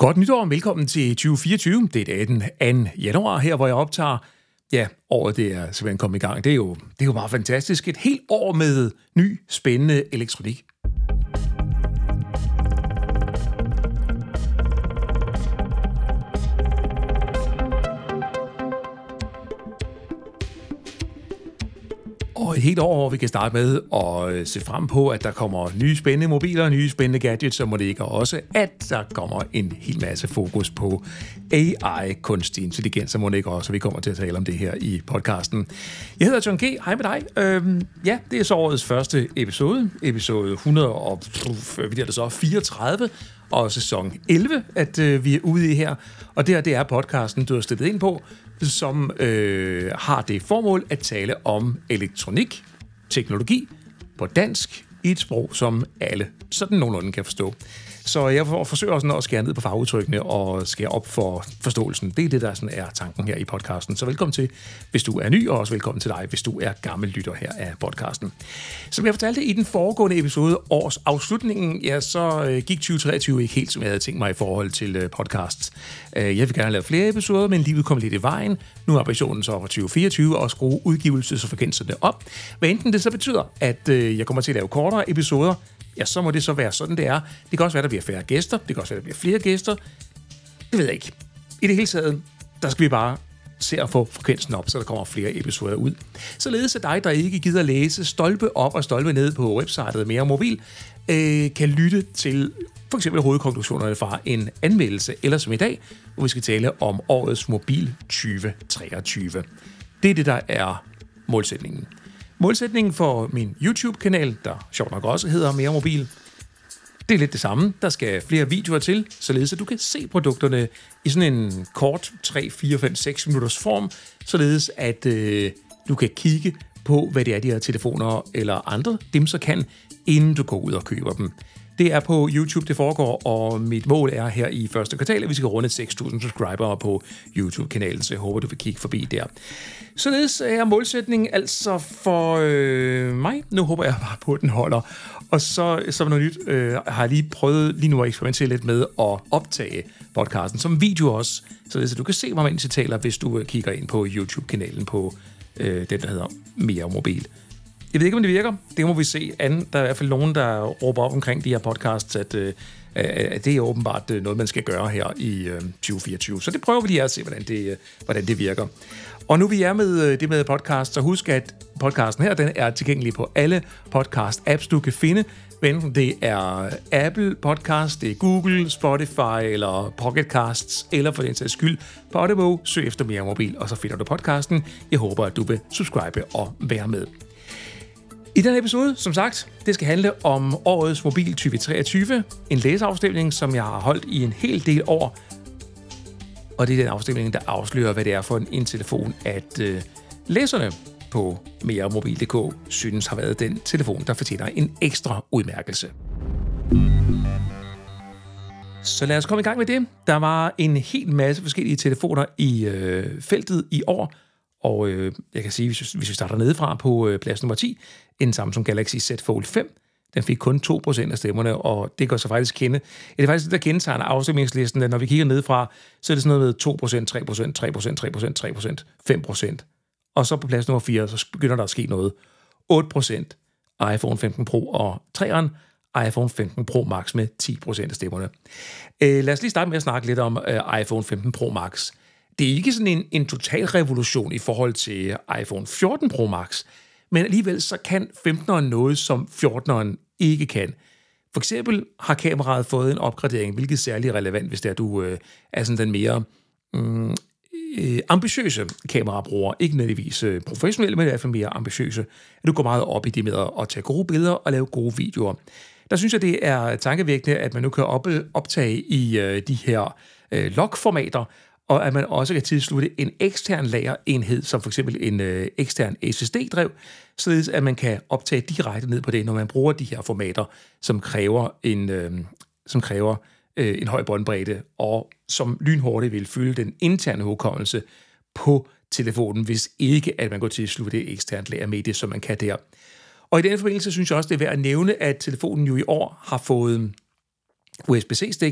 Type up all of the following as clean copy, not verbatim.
Godt nytår og velkommen til 2024. Det er den 2. januar her, hvor jeg optager. Ja, året det er simpelthen kommet i gang. Det er jo meget fantastisk. Et helt år med ny, spændende elektronik. Og et helt år, hvor vi kan starte med at se frem på, at der kommer nye spændende mobiler, nye spændende gadgets, så må det ikke også, at der kommer en hel masse fokus på AI, kunstig intelligens, så må det ikke også, og vi kommer til at tale om det her i podcasten. Jeg hedder John G. Hej med dig. Ja, det er så årets første episode 134, og sæson 11, at vi er ude i her. Og det er podcasten, du har stillet ind på, som har det formål at tale om elektronik, teknologi på dansk i et sprog, som alle sådan nogenlunde kan forstå. Så jeg forsøger også at skære ned på fagudtrykkene og skære op for forståelsen. Det er det, der sådan er tanken her i podcasten. Så velkommen til, hvis du er ny, og også velkommen til dig, hvis du er gammel lytter her af podcasten. Som jeg fortalte i den foregående episode, års afslutningen, ja, så gik 2023 ikke helt, som jeg havde tænkt mig i forhold til podcasts. Jeg vil gerne lave flere episoder, men livet kom lidt i vejen. Nu er ambitionen så for 2024 at skrue udgivelses- og frekvenserne op. Hvad enten det så betyder, at jeg kommer til at lave kortere episoder, ja, så må det så være sådan, det er. Det kan også være, der bliver færre gæster. Det kan også være, der bliver flere gæster. Det ved jeg ikke. I det hele taget, der skal vi bare se at få frekvensen op, så der kommer flere episoder ud. Således at dig, der ikke gider læse stolpe op og stolpe ned på websitet Mere Mobil, kan lytte til for eksempel hovedkonklusionerne fra en anmeldelse, eller som i dag, hvor vi skal tale om årets mobil 2023. Det er det, der er målsætningen. Målsætningen for min YouTube-kanal, der sjovt nok også hedder Mere Mobil, det er lidt det samme. Der skal flere videoer til, således at du kan se produkterne i sådan en kort 3, 4, 5, 6 minutters form, således at du kan kigge på, hvad det er, de her telefoner eller andre dimser kan, inden du går ud og køber dem. Det er på YouTube, det foregår, og mit mål er her i første kvartal, at vi skal runde 6.000 subscribere på YouTube-kanalen, så jeg håber, du vil kigge forbi der. Således er målsætningen altså for mig. Nu håber jeg bare på, at den holder. Og så som noget nyt har jeg lige prøvet lige nu at eksperimentere lidt med at optage podcasten som video også, således at du kan se mig, mens jeg taler, hvis du kigger ind på YouTube-kanalen på den, der hedder Mere Mobil. Jeg ved ikke, om det virker. Det må vi se an. Der er i hvert fald nogen, der råber op omkring de her podcasts, at det er åbenbart noget, man skal gøre her i 2024. Så det prøver vi lige at se, hvordan det virker. Og nu vi er med det med podcast, så husk, at podcasten her, den er tilgængelig på alle podcast-apps, du kan finde. Enten det er Apple Podcast, det er Google, Spotify eller Pocket Casts, eller for den sags skyld Podimo. Søg efter Mere Mobil, og så finder du podcasten. Jeg håber, at du vil subscribe og være med. I den episode, som sagt, det skal handle om årets mobil 2023, en læseafstemning, som jeg har holdt i en hel del år. Og det er den afstemning, der afslører, hvad det er for en telefon, at læserne på meremobil.dk synes har været den telefon, der fortjener en ekstra udmærkelse. Så lad os komme i gang med det. Der var en hel masse forskellige telefoner i feltet i år. Og jeg kan sige, hvis vi starter nedefra på plads nummer 10, en Samsung Galaxy Z Fold 5, den fik kun 2% af stemmerne, og det gør så faktisk kende. Det er faktisk det, der kendetegner afstemningslisten, at når vi kigger nedefra, så er det sådan noget med 2%, 3%, 3%, 3%, 5%. Og så på plads nummer 4, så begynder der at ske noget. 8% iPhone 15 Pro og 3'eren, iPhone 15 Pro Max med 10% af stemmerne. Lad os lige starte med at snakke lidt om iPhone 15 Pro Max. Det er ikke sådan en total revolution i forhold til iPhone 14 Pro Max, men alligevel så kan 15'eren noget, som 14'eren ikke kan. For eksempel har kameraet fået en opgradering, hvilket er særlig relevant, hvis det er, du er sådan den mere ambitiøse kamerabruger. Ikke nødvendigvis professionelle, men i hvert fald mere ambitiøse. At du går meget op i det med at tage gode billeder og lave gode videoer. Der synes jeg, det er tankevækkende, at man nu kan optage i de her logformater, og at man også kan tilslutte en ekstern lagerenhed, som for eksempel en ekstern SSD-drev, således at man kan optage direkte ned på det, når man bruger de her formater, som kræver en høj båndbredde, og som lynhurtigt vil fylde den interne hukommelse på telefonen, hvis ikke at man går til at slutte et eksternt lagermedie, som man kan der. Og i den forbindelse synes jeg også, det er værd at nævne, at telefonen jo i år har fået USB-C-stik. Det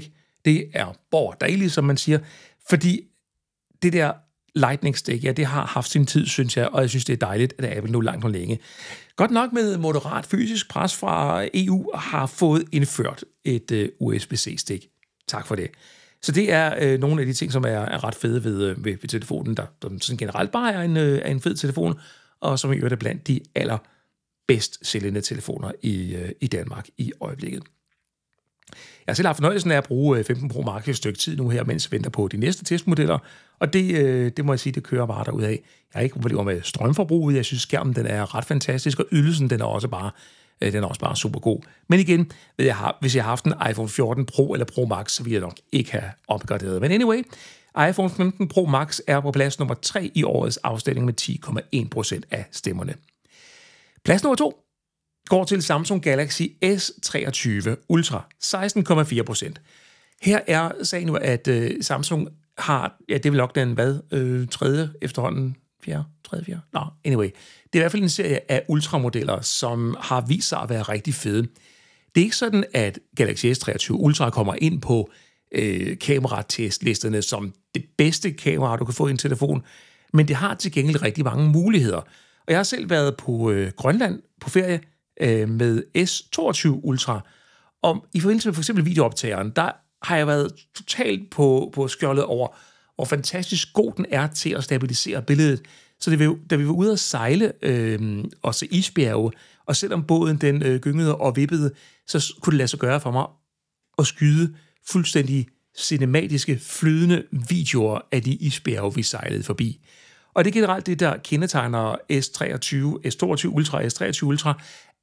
det er dejligt, som man siger, fordi det der Lightning Stick, ja, det har haft sin tid, synes jeg, og jeg synes, det er dejligt, at Apple nu langt og længe, godt nok med moderat fysisk pres fra EU, har fået indført et USB-C-stik. Tak for det. Så det er nogle af de ting, som er ret fede ved telefonen, der sådan generelt bare er en fed telefon, og som i øvrigt er blandt de allerbedst sælgende telefoner i Danmark i øjeblikket. Jeg har selv haft fornøjelsen af at bruge 15 Pro Max et stykke tid nu her, mens jeg venter på de næste testmodeller, og det må jeg sige, det kører bare derudad. Jeg har ikke problemer med strømforbruget, jeg synes skærmen den er ret fantastisk, og ydelsen den er også bare super god. Men igen, hvis jeg har haft en iPhone 14 Pro eller Pro Max, så ville jeg nok ikke have opgraderet. Men anyway, iPhone 15 Pro Max er på plads nummer 3 i årets afstemning med 10,1% af stemmerne. Plads nummer 2 går til Samsung Galaxy S23 Ultra, 16,4%. Her er sagen nu, at Samsung har, ja, det er vel nok den, tredje efterhånden, fjerde? Nå, anyway. Det er i hvert fald en serie af ultramodeller, som har vist sig at være rigtig fede. Det er ikke sådan, at Galaxy S23 Ultra kommer ind på kameratestlisterne som det bedste kamera, du kan få i en telefon, men det har til gengæld rigtig mange muligheder. Og jeg har selv været på Grønland på ferie med S22 Ultra, og i forbindelse med for eksempel videooptageren, der har jeg været totalt på skjoldet over, hvor fantastisk god den er til at stabilisere billedet. Så da vi var ude at sejle og se isbjerge, og selvom båden den gyngede og vippede, så kunne det lade sig gøre for mig at skyde fuldstændig cinematiske, flydende videoer af de isbjerge, vi sejlede forbi. Og det er generelt det, der kendetegner S22 Ultra, S23 Ultra,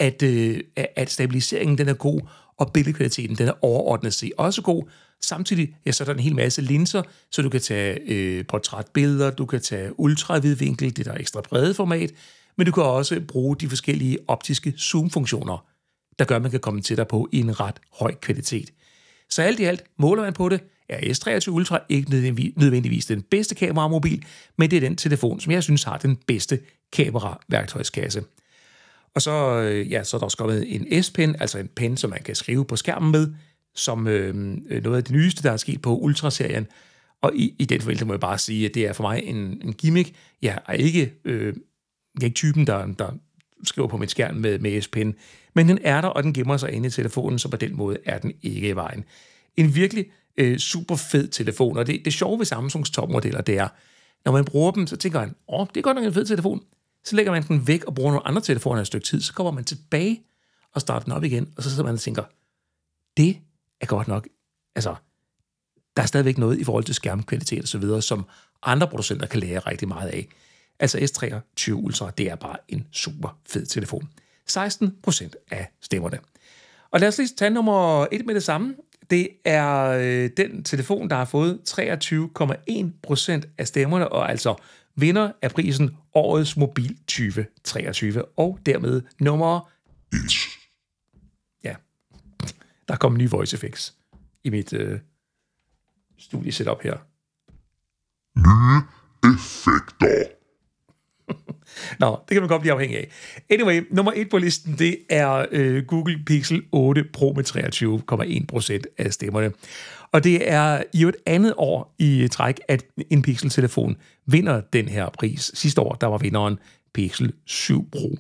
at stabiliseringen den er god, og billedkvaliteten den er overordnet set også god. Samtidig så er der en hel masse linser, så du kan tage portrætbilleder, du kan tage ultravidvinkel, det der ekstra brede format, men du kan også bruge de forskellige optiske zoom-funktioner, der gør, at man kan komme tættere på i en ret høj kvalitet. Så alt i alt, måler man på det, er S23 Ultra ikke nødvendigvis den bedste kameramobil, men det er den telefon, som jeg synes har den bedste kameraværktøjskasse. Og så er der også kommet en S-pen, altså en pen, som man kan skrive på skærmen med, som noget af det nyeste, der er sket på Ultra-serien. Og i den forbindelse må jeg bare sige, at det er for mig en gimmick. Jeg er ikke typen, der skriver på min skærm med S-pen, men den er der, og den gemmer sig inde i telefonen, så på den måde er den ikke i vejen. En virkelig super fed telefon, og det sjove ved Samsungs topmodeller, det er, når man bruger dem, så tænker man, det er godt nok en fed telefon. Så lægger man den væk og bruger nogle andre telefoner et stykke tid, så kommer man tilbage og starter den op igen, og så sidder man og tænker, det er godt nok, altså, der er stadigvæk noget i forhold til skærmkvalitet og så videre, som andre producenter kan lære rigtig meget af. Altså S23 Ultra, det er bare en super fed telefon. 16% af stemmerne. Og lad os lige tage nummer 1 med det samme. Det er den telefon, der har fået 23,1% af stemmerne, og altså vinder af prisen Årets Mobil 2023, og dermed nummer 1. Ja, der kommer nye voice effects i mit studiesetup her. Nye effekter. Nå, det kan man godt blive afhængig af. Anyway, nummer 1 på listen, det er Google Pixel 8 Pro med 23,1% af stemmerne. Og det er i et andet år i træk, at en Pixel-telefon vinder den her pris. Sidste år, der var vinderen Pixel 7 Pro.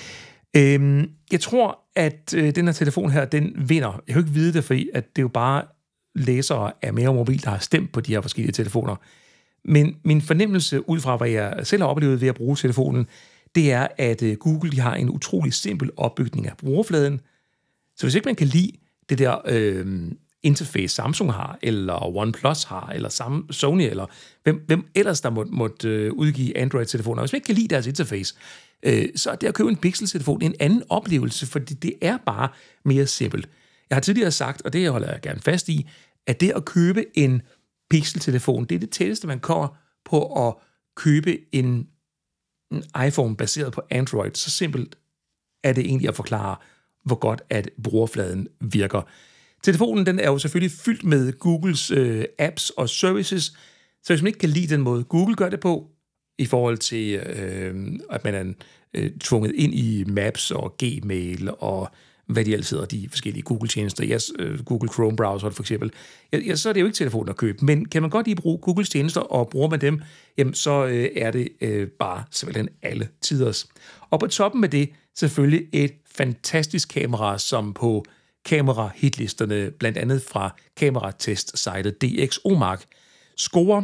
Jeg tror, at den her telefon her, den vinder. Jeg kan ikke vide det, fordi at det er jo bare læsere af mere mobil, der har stemt på de her forskellige telefoner. Men min fornemmelse, ud fra hvad jeg selv har oplevet ved at bruge telefonen, det er, at Google de har en utrolig simpel opbygning af brugerfladen. Så hvis ikke man kan lide det der interface Samsung har, eller OnePlus har, eller Sony, eller hvem ellers der måtte udgive Android-telefoner, hvis man ikke kan lide deres interface, så er det at købe en Pixel-telefon en anden oplevelse, fordi det er bare mere simpelt. Jeg har tidligere sagt, og det holder jeg gerne fast i, at det at købe en Pixel-telefon, det er det tætteste, man kommer på at købe en iPhone baseret på Android. Så simpelt er det egentlig at forklare, hvor godt at brugerfladen virker. Telefonen den er jo selvfølgelig fyldt med Googles apps og services, så hvis man ikke kan lide den måde, Google gør det på, i forhold til, at man er tvunget ind i Maps og Gmail og hvad de ellers hedder, de forskellige Google-tjenester, Google Chrome-browser for eksempel, så er det jo ikke telefonen at købe. Men kan man godt lige bruge Googles tjenester, og bruger man dem, jamen så er det bare simpelthen alle tiders. Og på toppen med det, selvfølgelig et fantastisk kamera, som på kamera-hitlisterne, blandt andet fra kameratest-sitet DxOMark, scorer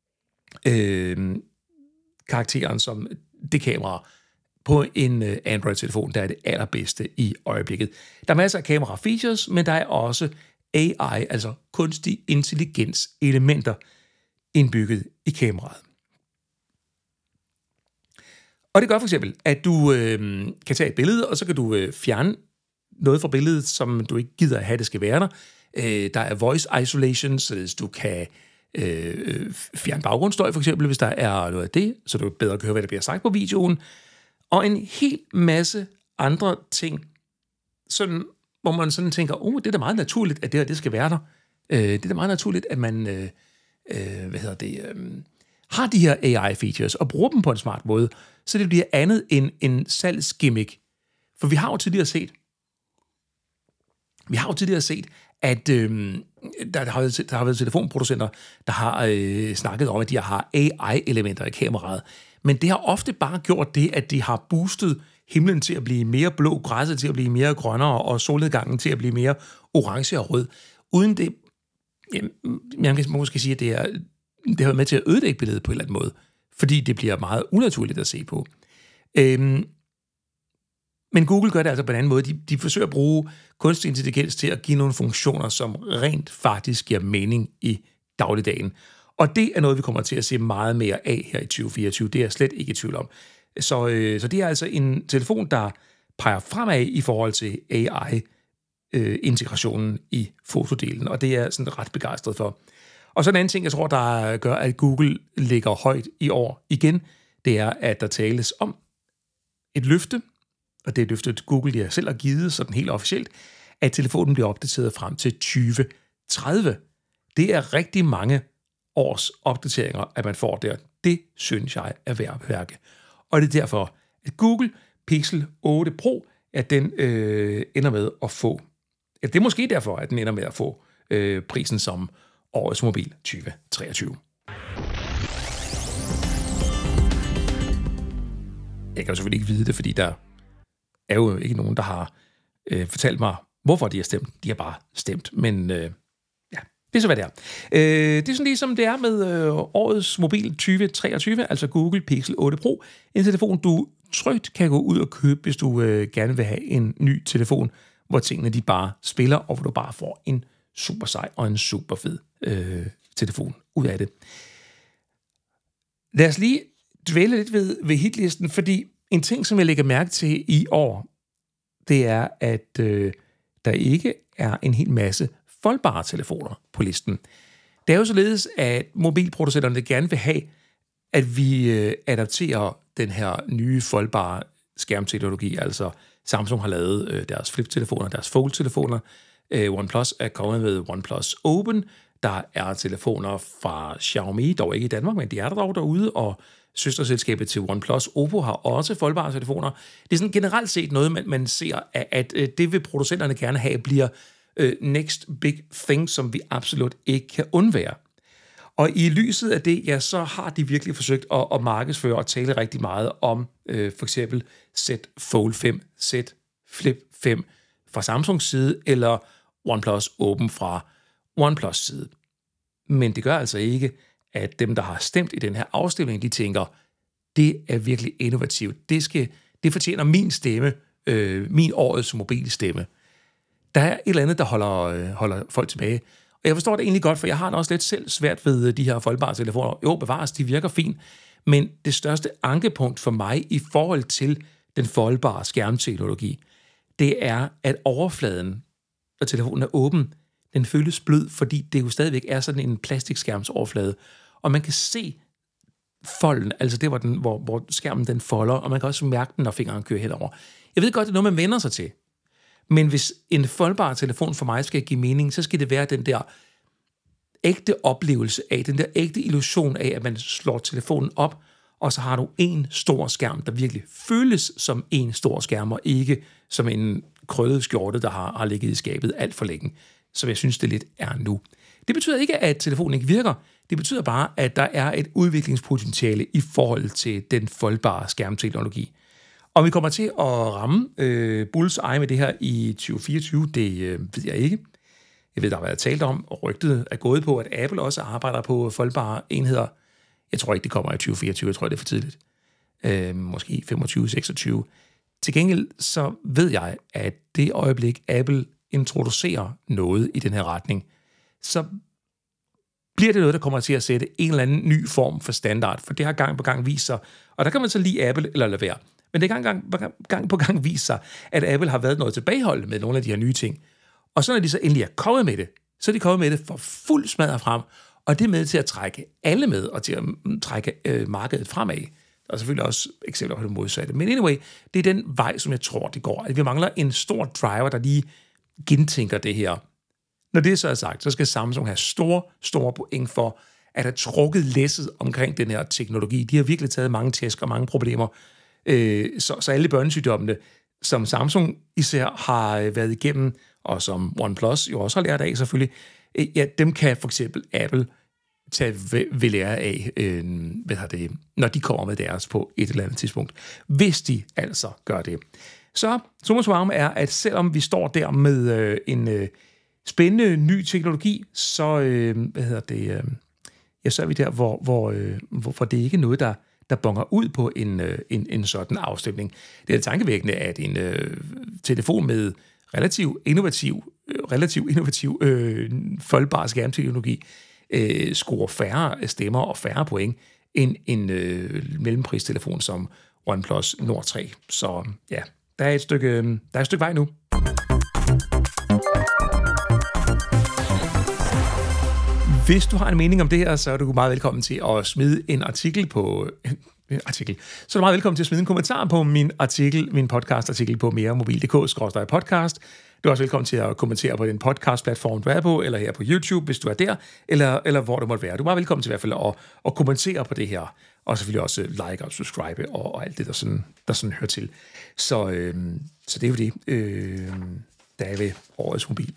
karakteren som det kamera på en Android-telefon, der er det allerbedste i øjeblikket. Der er masser af kamera-features, men der er også AI, altså kunstig intelligens-elementer indbygget i kameraet. Og det gør for eksempel, at du kan tage et billede, og så kan du fjerne noget fra billedet, som du ikke gider at have, det skal være der. Der er voice isolation, så du kan fjerne baggrundsstøj for eksempel, hvis der er noget af det, så du bedre kan høre, hvad der bliver sagt på videoen. Og en hel masse andre ting, sådan, hvor man sådan tænker, det er da meget naturligt, at det her, det skal være der. Det er da meget naturligt, at man har de her AI-features og bruger dem på en smart måde, så det bliver andet end en salgsgimmick. For vi har jo tidligere set, at der har været telefonproducenter, der har snakket om, at de har AI-elementer i kameraet. Men det har ofte bare gjort det, at de har boostet himlen til at blive mere blå, græsset til at blive mere grønnere, og solnedgangen til at blive mere orange og rød. Uden det, jeg kan måske sige, at det har været med til at ødelægge billedet på en eller anden måde, fordi det bliver meget unaturligt at se på. Men Google gør det altså på en anden måde. De forsøger at bruge kunstig intelligens til at give nogle funktioner, som rent faktisk giver mening i dagligdagen. Og det er noget, vi kommer til at se meget mere af her i 2024. Det er jeg slet ikke i tvivl om. Så det er altså en telefon, der peger fremad i forhold til AI-integrationen i fotodelen, og det er jeg sådan ret begejstret for. Og så en anden ting, jeg tror, der gør, at Google ligger højt i år igen, det er, at der tales om et løfte, og det er løftet Google, de selv har givet, sådan helt officielt, at telefonen bliver opdateret frem til 2030. Det er rigtig mange års opdateringer, at man får der. Det synes jeg er værd at bemærke. Og det er derfor, at Google Pixel 8 Pro, at den ender med at få, det er måske derfor, at den ender med at få prisen som årets mobil 2023. Jeg kan jo selvfølgelig ikke vide det, fordi der er jo ikke nogen, der har fortalt mig, hvorfor de har stemt. De har bare stemt, men det er så, hvad det er. Det er sådan ligesom det er med årets mobil 2023, altså Google Pixel 8 Pro. En telefon, du trygt kan gå ud og købe, hvis du gerne vil have en ny telefon, hvor tingene de bare spiller, og hvor du bare får en super sej og en super fed telefon ud af det. Lad os lige dvæle lidt ved hitlisten, fordi en ting, som jeg lægger mærke til i år, det er, at der ikke er en hel masse foldbare telefoner på listen. Det er jo således, at mobilproducenterne gerne vil have, at vi adapterer den her nye foldbare skærmteknologi. Altså Samsung har lavet deres flip-telefoner, deres fold-telefoner. OnePlus er kommet med OnePlus Open. Der er telefoner fra Xiaomi, dog ikke i Danmark, men de er der dog derude, og søsterselskabet til OnePlus, Oppo, har også foldbare telefoner. Det er sådan generelt set noget, man ser, at det vil producenterne gerne have, bliver next big thing, som vi absolut ikke kan undvære. Og i lyset af det, ja, så har de virkelig forsøgt at markedsføre og tale rigtig meget om for eksempel Z Fold 5, Z Flip 5 fra Samsungs side, eller OnePlus Open fra OnePlus side. Men det gør altså ikke, at dem, der har stemt i den her afstemning, de tænker, det er virkelig innovativt. Det fortjener min stemme, min årets mobilstemme. Der er et eller andet, der holder folk tilbage. Og jeg forstår det egentlig godt, for jeg har også lidt selv svært ved de her foldbare telefoner. Jo, bevares, de virker fint, men det største ankepunkt for mig i forhold til den foldbare skærmteknologi, det er, at overfladen, når telefonen er åben, den føles blød, fordi det jo stadigvæk er sådan en plastikskærmsoverflade. Og man kan se folden, altså det, hvor skærmen den folder, og man kan også mærke den, når fingeren kører henover. Jeg ved godt, det er noget, man vender sig til. Men hvis en foldbar telefon for mig skal give mening, så skal det være den der ægte oplevelse af, den der ægte illusion af, at man slår telefonen op, og så har du en stor skærm, der virkelig føles som en stor skærm, og ikke som en krøllede skjorte, der har ligget i skabet alt for længe, som jeg synes, det lidt er nu. Det betyder ikke, at telefonen ikke virker. Det betyder bare, at der er et udviklingspotentiale i forhold til den foldbare skærmteknologi. Om vi kommer til at ramme bullseye med det her i 2024, det ved jeg ikke. Jeg ved, der har været talt om, og rygtet er gået på, at Apple også arbejder på foldbare enheder. Jeg tror ikke, det kommer i 2024. Jeg tror, det er for tidligt. Måske 25-26. Til gengæld så ved jeg, at det øjeblik, Apple introducerer noget i den her retning, så bliver det noget, der kommer til at sætte en eller anden ny form for standard, for det har gang på gang vist sig, og der kan man så lide Apple eller lade være. Men det har gang på gang vist sig, at Apple har været noget tilbageholdende med nogle af de her nye ting. Og så når de så endelig er kommet med det, så er de kommet med det for fuld smadret frem, og det er med til at trække alle med, og til at trække markedet fremad. Der er selvfølgelig også eksempler på det modsatte. Men anyway, det er den vej, som jeg tror, det går. At vi mangler en stor driver, der lige gentænker det her. Når det så er sagt, så skal Samsung have store point for at have trukket læsset omkring den her teknologi. De har virkelig taget mange tæsk og mange problemer. Så alle børnesygdommene, som Samsung især har været igennem, og som OnePlus jo også har lært af selvfølgelig, ja, dem kan for eksempel Apple tage ved lære af, når de kommer med deres på et eller andet tidspunkt. Hvis de altså gør det. Så summa summarum er, at selvom vi står der med en spændende ny teknologi, så så er vi der, hvor det ikke er noget, der bonger ud på en sådan afstemning. Det er tankevækkende, at en telefon med relativt innovativ foldbar skærmteknologi scorer færre stemmer og færre point end en mellempristelefon som OnePlus Nord 3. Så ja, der er et stykke vej nu. Hvis du har en mening om det her, så er du meget velkommen til at smide en artikel på... Så er du meget velkommen til at smide en kommentar på min podcast-artikel på meremobil.dk/podcast. Du er også velkommen til at kommentere på den podcast-platform, du er på, eller her på YouTube, hvis du er der, eller hvor du måtte være. Du er meget velkommen til i hvert fald at kommentere på det her, og selvfølgelig også like og subscribe og alt det, der sådan hører til. Så det er jo det, der er ved årets mobil.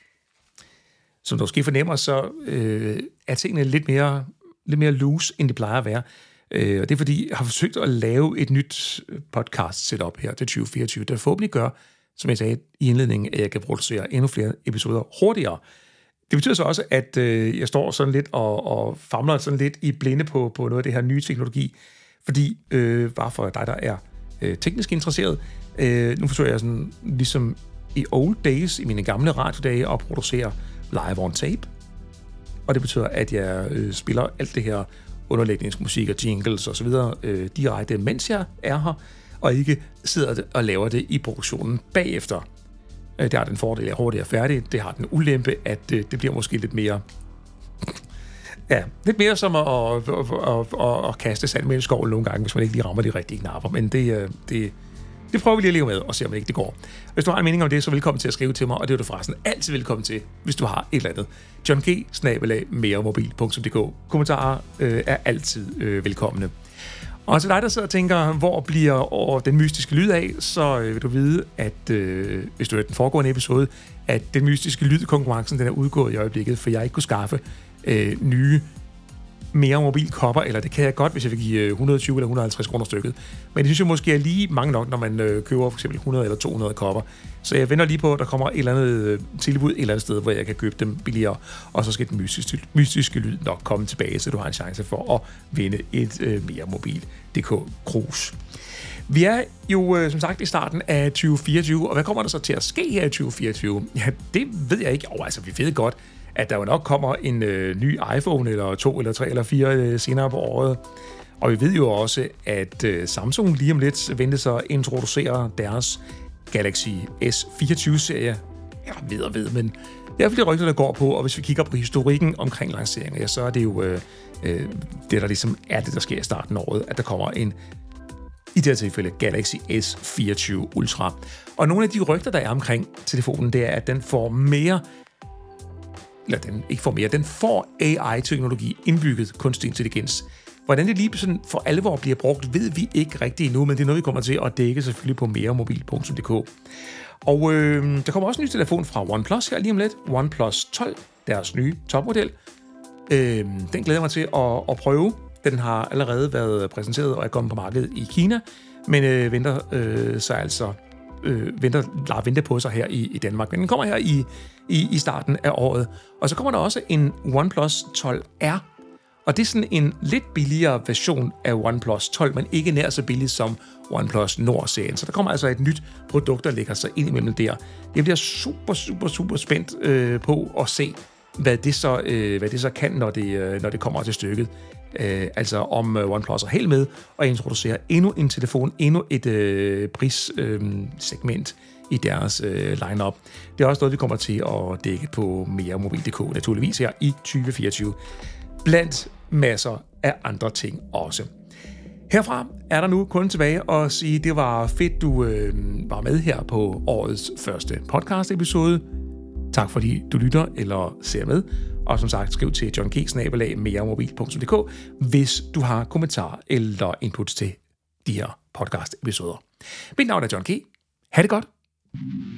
Som du måske fornemmer, så er tingene lidt mere loose, end de plejer at være. Og det er fordi, jeg har forsøgt at lave et nyt podcast-setup her til 2024, der forhåbentlig gør, som jeg sagde i indledningen, at jeg kan producere endnu flere episoder hurtigere. Det betyder så også, at jeg står sådan lidt og famler sådan lidt i blinde på noget af det her nye teknologi, fordi bare for dig, der er teknisk interesseret, nu forsøger jeg sådan ligesom i old days, i mine gamle radiodage, at producere live on tape. Og det betyder, at jeg spiller alt det her underlægningsmusik og jingles og så videre direkte, mens jeg er her, og ikke sidder og laver det i produktionen bagefter. Det har den fordel, at jeg hurtigt er færdig. Det har den ulempe, at det bliver måske lidt mere... Ja, lidt mere som at kaste sand med en skov nogle gange, hvis man ikke lige rammer de rigtige knapper. Men det prøver vi lige at leve med, og se om ikke det går. Hvis du har en mening om det, så velkommen til at skrive til mig, og det er du forresten altid velkommen til, hvis du har et eller andet. johng@meremobil.dk. Kommentarer er altid velkomne. Og til dig, der sidder og tænker, hvor bliver den mystiske lyd af, så vil du vide, at hvis du hørte den foregående episode, at den mystiske lydkonkurrencen, den er udgået i øjeblikket, for jeg ikke kunne skaffe nye Meremobil-kopper, eller det kan jeg godt, hvis jeg vil give 120 eller 150 kroner stykket. Men det synes jeg måske er lige mange nok, når man køber for eksempel 100 eller 200 kopper. Så jeg venter lige på, at der kommer et eller andet tilbud et eller andet sted, hvor jeg kan købe dem billigere, og så skal den mystiske lyd nok komme tilbage, så du har en chance for at vinde et Meremobil.dk Cruise. Vi er jo som sagt i starten af 2024, og hvad kommer der så til at ske her i 2024? Ja, det ved jeg ikke. Altså, vi ved godt, at der jo nok kommer en ny iPhone, eller 2, eller 3, eller 4 senere på året. Og vi ved jo også, at Samsung lige om lidt venter sig at introducere deres Galaxy S24-serie. Jeg ved, men det er i hvert fald rygter, der går på, og hvis vi kigger på historikken omkring lanceringen, ja, så er det jo det, der ligesom er det, der sker i starten af året, at der kommer en, i det her tilfælde, Galaxy S24 Ultra. Og nogle af de rygter, der er omkring telefonen, det er, at den får mere... Eller den får AI-teknologi indbygget kunstig intelligens. Hvordan det lige sådan for alvor bliver brugt, ved vi ikke rigtigt endnu, men det er noget, vi kommer til at dække selvfølgelig på meremobil.dk. Og der kommer også en ny telefon fra OnePlus her lige om lidt. OnePlus 12, deres nye topmodel. Den glæder jeg mig til at prøve. Den har allerede været præsenteret og er kommet på markedet i Kina, men venter på sig her i Danmark. Men den kommer her i starten af året. Og så kommer der også en OnePlus 12R. Og det er sådan en lidt billigere version af OnePlus 12, men ikke nær så billig som OnePlus Nord-serien. Så der kommer altså et nyt produkt, der lægger sig ind imellem der. Jeg bliver super spændt på at se, hvad det så kan, når det kommer til stykket. Altså om OnePlus er helt med og introducerer endnu en telefon, endnu et prissegment i deres line-up. Det er også noget, vi kommer til at dække på meremobil.dk, naturligvis her i 2024. Blandt masser af andre ting også. Herfra er der nu kun tilbage at sige, at det var fedt, du var med her på årets første podcast-episode. Tak fordi du lytter eller ser med. Og som sagt, skriv til johnk@meremobil.dk, hvis du har kommentarer eller inputs til de her podcast-episoder. Mit navn er John K. Ha' det godt.